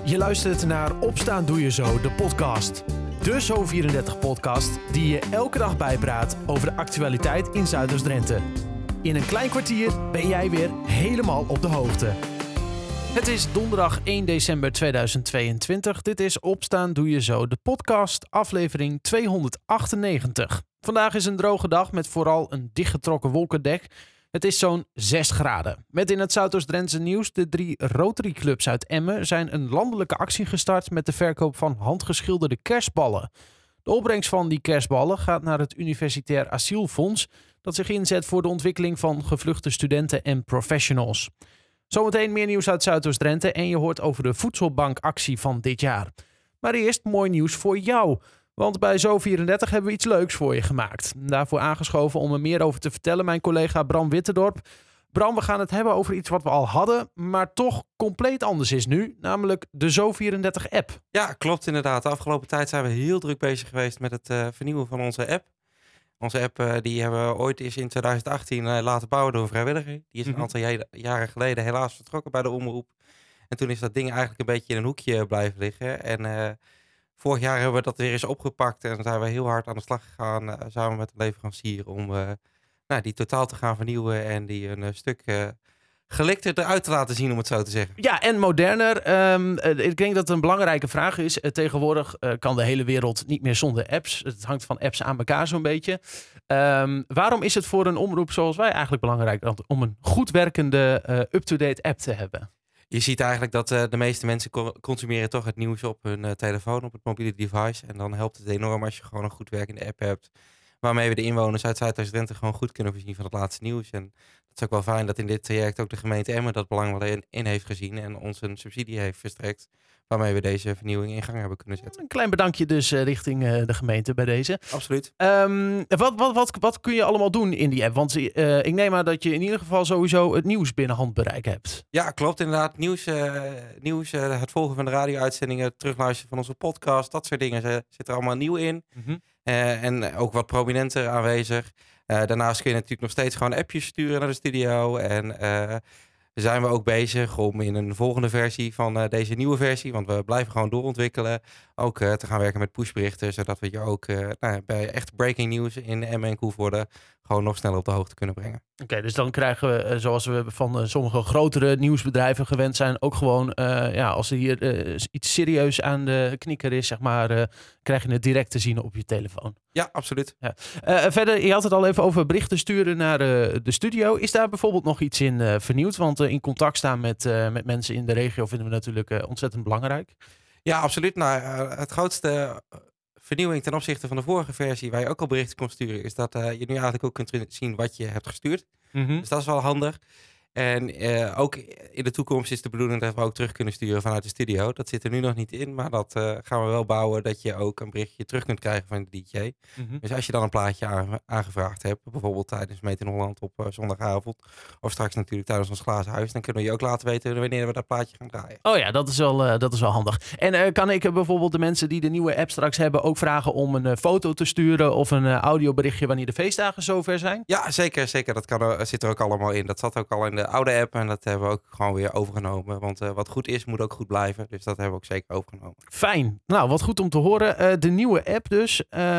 Je luistert naar Opstaan Doe Je Zo, de podcast. De Zo34-podcast die je elke dag bijpraat over de actualiteit in Zuidoost-Drenthe. In een klein kwartier ben jij weer helemaal op de hoogte. Het is donderdag 1 december 2022. Dit is Opstaan Doe Je Zo, de podcast, aflevering 298. Vandaag is een droge dag met vooral een dichtgetrokken wolkendek. Het is zo'n 6 graden. Met in het Zuidoost-Drentse nieuws: de 3 Rotary Clubs uit Emmen zijn een landelijke actie gestart met de verkoop van handgeschilderde kerstballen. De opbrengst van die kerstballen gaat naar het Universitair Asielfonds, dat zich inzet voor de ontwikkeling van gevluchte studenten en professionals. Zometeen meer nieuws uit Zuidoost-Drenthe en je hoort over de voedselbankactie van dit jaar. Maar eerst mooi nieuws voor jou. Want bij Zo34 hebben we iets leuks voor je gemaakt. Daarvoor aangeschoven om er meer over te vertellen mijn collega Bram Witterdorp. Bram, we gaan het hebben over iets wat we al hadden, maar toch compleet anders is nu. Namelijk de Zo34-app. Ja, klopt inderdaad. De afgelopen tijd zijn we heel druk bezig geweest met het vernieuwen van onze app. Onze app die hebben we ooit eens in 2018 laten bouwen door een vrijwilliger. Die is een aantal jaren geleden helaas vertrokken bij de omroep. En toen is dat ding eigenlijk een beetje in een hoekje blijven liggen. En vorig jaar hebben we dat weer eens opgepakt en zijn we heel hard aan de slag gegaan samen met de leverancier om die totaal te gaan vernieuwen en die een stuk gelikter eruit te laten zien, om het zo te zeggen. Ja, en moderner. Ik denk dat het een belangrijke vraag is. Tegenwoordig kan de hele wereld niet meer zonder apps. Het hangt van apps aan elkaar zo'n beetje. Waarom is het voor een omroep zoals wij eigenlijk belangrijk om een goed werkende, up-to-date app te hebben? Je ziet eigenlijk dat de meeste mensen consumeren toch het nieuws op hun telefoon, op het mobiele device. En dan helpt het enorm als je gewoon een goed werkende app hebt, waarmee we de inwoners uit Zuidoost-Drenthe gewoon goed kunnen voorzien van het laatste nieuws. En het is ook wel fijn dat in dit traject ook de gemeente Emmen dat belang wel in heeft gezien en ons een subsidie heeft verstrekt, waarmee we deze vernieuwing in gang hebben kunnen zetten. Een klein bedankje dus richting de gemeente bij deze. Absoluut. Wat kun je allemaal doen in die app? Want ik neem aan dat je in ieder geval sowieso het nieuws binnen handbereik hebt. Ja, klopt inderdaad. Nieuws, het volgen van de radio-uitzendingen, terugluisteren van onze podcast, dat soort dingen zit er allemaal nieuw in. Mm-hmm. En ook wat prominenter aanwezig. Daarnaast kun je natuurlijk nog steeds gewoon appjes sturen naar de studio. En zijn we ook bezig om in een volgende versie van deze nieuwe versie, want we blijven gewoon doorontwikkelen, ook te gaan werken met pushberichten, zodat we je ook bij echt breaking news in Emmen en Koevoorde gewoon nog sneller op de hoogte kunnen brengen. Oké, dus dan krijgen we, zoals we van sommige grotere nieuwsbedrijven gewend zijn, ook gewoon, als er hier iets serieus aan de knikker is, zeg maar, krijg je het direct te zien op je telefoon. Ja, absoluut. Ja. Verder, je had het al even over berichten sturen naar de studio. Is daar bijvoorbeeld nog iets in vernieuwd? Want in contact staan met mensen in de regio vinden we natuurlijk ontzettend belangrijk. Ja, absoluut. Nou, het grootste vernieuwing ten opzichte van de vorige versie, waar je ook al berichten kon sturen, is dat je nu eigenlijk ook kunt zien wat je hebt gestuurd. Mm-hmm. Dus dat is wel handig. En ook in de toekomst is de bedoeling dat we ook terug kunnen sturen vanuit de studio. Dat zit er nu nog niet in, maar dat gaan we wel bouwen, dat je ook een berichtje terug kunt krijgen van de DJ. Mm-hmm. Dus als je dan een plaatje aangevraagd hebt, bijvoorbeeld tijdens Meet in Holland op zondagavond, of straks natuurlijk tijdens ons glazen huis, dan kunnen we je ook laten weten wanneer we dat plaatje gaan draaien. Oh ja, dat is wel handig. En kan ik bijvoorbeeld de mensen die de nieuwe app straks hebben ook vragen om een foto te sturen of een audioberichtje wanneer de feestdagen zover zijn? Ja, zeker. Dat zit er ook allemaal in. Dat zat ook al in de oude app en dat hebben we ook gewoon weer overgenomen. Want wat goed is, moet ook goed blijven. Dus dat hebben we ook zeker overgenomen. Fijn. Nou, wat goed om te horen. De nieuwe app dus.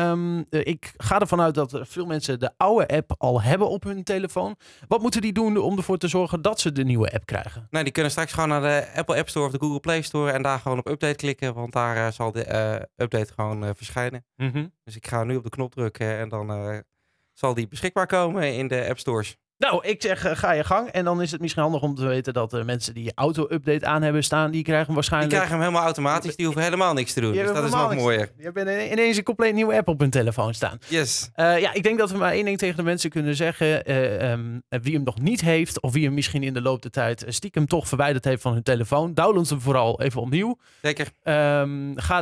Ik ga ervan uit dat veel mensen de oude app al hebben op hun telefoon. Wat moeten die doen om ervoor te zorgen dat ze de nieuwe app krijgen? Nou, die kunnen straks gewoon naar de Apple App Store of de Google Play Store en daar gewoon op update klikken. Want daar zal de update gewoon verschijnen. Mm-hmm. Dus ik ga nu op de knop drukken en dan zal die beschikbaar komen in de App Stores. Nou, ik zeg ga je gang. En dan is het misschien handig om te weten dat de mensen die auto-update aan hebben staan, die krijgen waarschijnlijk... Die krijgen hem helemaal automatisch, die hoeven helemaal niks te doen. Dus dat is nog mooier. Je hebt ineens een compleet nieuwe app op hun telefoon staan. Yes. Ik denk dat we maar één ding tegen de mensen kunnen zeggen. Wie hem nog niet heeft, of wie hem misschien in de loop der tijd stiekem toch verwijderd heeft van hun telefoon, download hem vooral even opnieuw. Zeker. Ga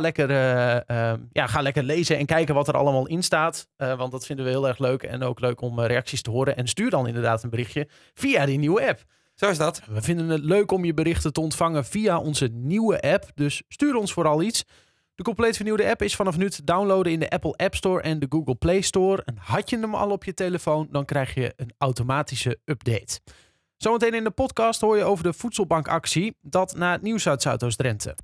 lekker lezen en kijken wat er allemaal in staat. Want dat vinden we heel erg leuk. En ook leuk om reacties te horen. En stuur dan inderdaad een berichtje via die nieuwe app. Zo is dat. We vinden het leuk om je berichten te ontvangen via onze nieuwe app. Dus stuur ons vooral iets. De compleet vernieuwde app is vanaf nu te downloaden in de Apple App Store en de Google Play Store. En had je hem al op je telefoon, dan krijg je een automatische update. Zometeen in de podcast hoor je over de voedselbankactie. Dat na het nieuws uit Zuidoost-Drenthe.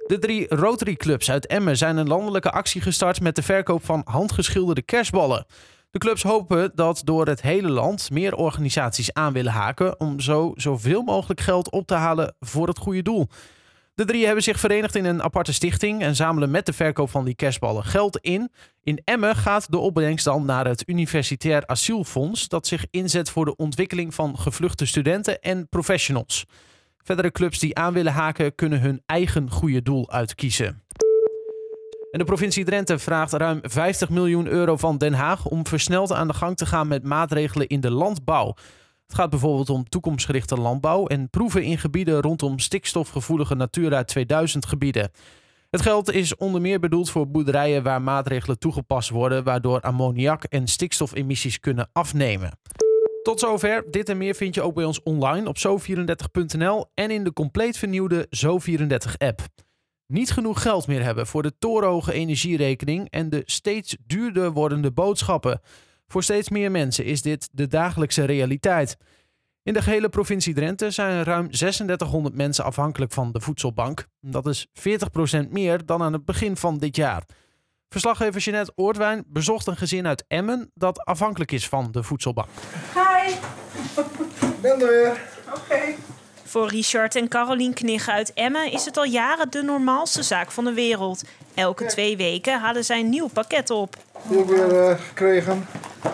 De 3 Rotary Clubs uit Emmen zijn een landelijke actie gestart met de verkoop van handgeschilderde kerstballen. De clubs hopen dat door het hele land meer organisaties aan willen haken om zoveel mogelijk geld op te halen voor het goede doel. De 3 hebben zich verenigd in een aparte stichting en zamelen met de verkoop van die kerstballen geld in. In Emmen gaat de opbrengst dan naar het Universitair Asielfonds dat zich inzet voor de ontwikkeling van gevluchte studenten en professionals. Verdere clubs die aan willen haken kunnen hun eigen goede doel uitkiezen. En de provincie Drenthe vraagt ruim 50 miljoen euro van Den Haag om versneld aan de gang te gaan met maatregelen in de landbouw. Het gaat bijvoorbeeld om toekomstgerichte landbouw en proeven in gebieden rondom stikstofgevoelige Natura 2000 gebieden. Het geld is onder meer bedoeld voor boerderijen waar maatregelen toegepast worden, waardoor ammoniak en stikstofemissies kunnen afnemen. Tot zover. Dit en meer vind je ook bij ons online op zo34.nl en in de compleet vernieuwde Zo34-app. Niet genoeg geld meer hebben voor de torenhoge energierekening en de steeds duurder wordende boodschappen. Voor steeds meer mensen is dit de dagelijkse realiteit. In de gehele provincie Drenthe zijn ruim 3600 mensen afhankelijk van de voedselbank. Dat is 40% meer dan aan het begin van dit jaar. Verslaggever Jeanette Oortwijn bezocht een gezin uit Emmen dat afhankelijk is van de voedselbank. Hi. Ik ben er weer. Oké. Voor Richard en Carolien Knigge uit Emmen is het al jaren de normaalste zaak van de wereld. Elke 2 weken halen zij een nieuw pakket op. Die heb ik weer gekregen.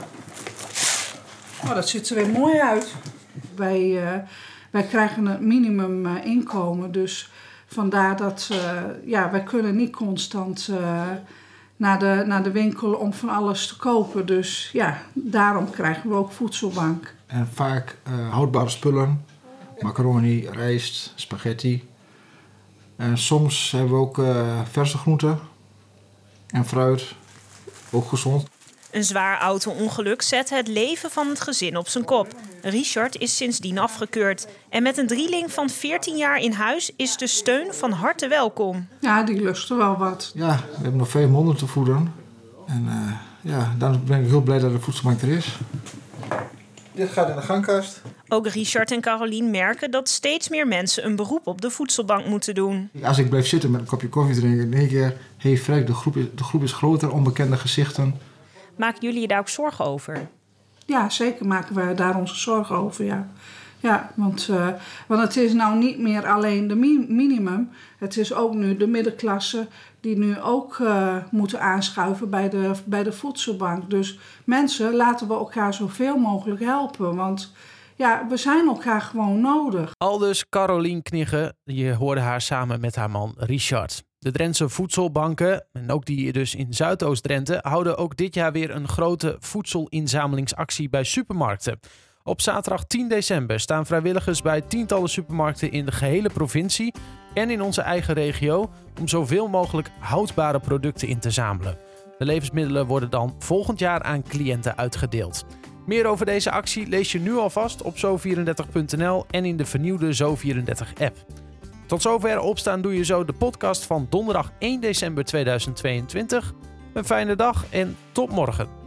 Oh, dat ziet er weer mooi uit. Wij krijgen een minimum inkomen, dus vandaar dat wij kunnen niet constant naar de winkel om van alles te kopen. Dus ja, daarom krijgen we ook voedselbank. En vaak houdbare spullen. Macaroni, rijst, spaghetti. En soms hebben we ook verse groenten en fruit. Ook gezond. Een zwaar auto-ongeluk zet het leven van het gezin op zijn kop. Richard is sindsdien afgekeurd. En met een drieling van 14 jaar in huis is de steun van harte welkom. Ja, die lusten wel wat. Ja, we hebben nog 5 monden te voeden. En dan ben ik heel blij dat de voedselbank er is. Dit gaat in de gangkast. Ook Richard en Carolien merken dat steeds meer mensen een beroep op de voedselbank moeten doen. Als ik blijf zitten met een kopje koffie drinken, in één keer, hey Freek, de groep is groter, onbekende gezichten. Maken jullie je daar ook zorgen over? Ja, zeker maken we daar onze zorgen over, ja. Ja, want het is nou niet meer alleen de minimum. Het is ook nu de middenklasse die nu ook moeten aanschuiven bij de voedselbank. Dus mensen, laten we elkaar zoveel mogelijk helpen. Want ja, we zijn elkaar gewoon nodig. Aldus Carolien Knigge, je hoorde haar samen met haar man Richard. De Drentse voedselbanken, en ook die dus in Zuidoost-Drenthe, houden ook dit jaar weer een grote voedselinzamelingsactie bij supermarkten. Op zaterdag 10 december staan vrijwilligers bij tientallen supermarkten in de gehele provincie en in onze eigen regio om zoveel mogelijk houdbare producten in te zamelen. De levensmiddelen worden dan volgend jaar aan cliënten uitgedeeld. Meer over deze actie lees je nu alvast op zo34.nl en in de vernieuwde Zo34-app. Tot zover Opstaan Doe Je Zo, de podcast van donderdag 1 december 2022. Een fijne dag en tot morgen.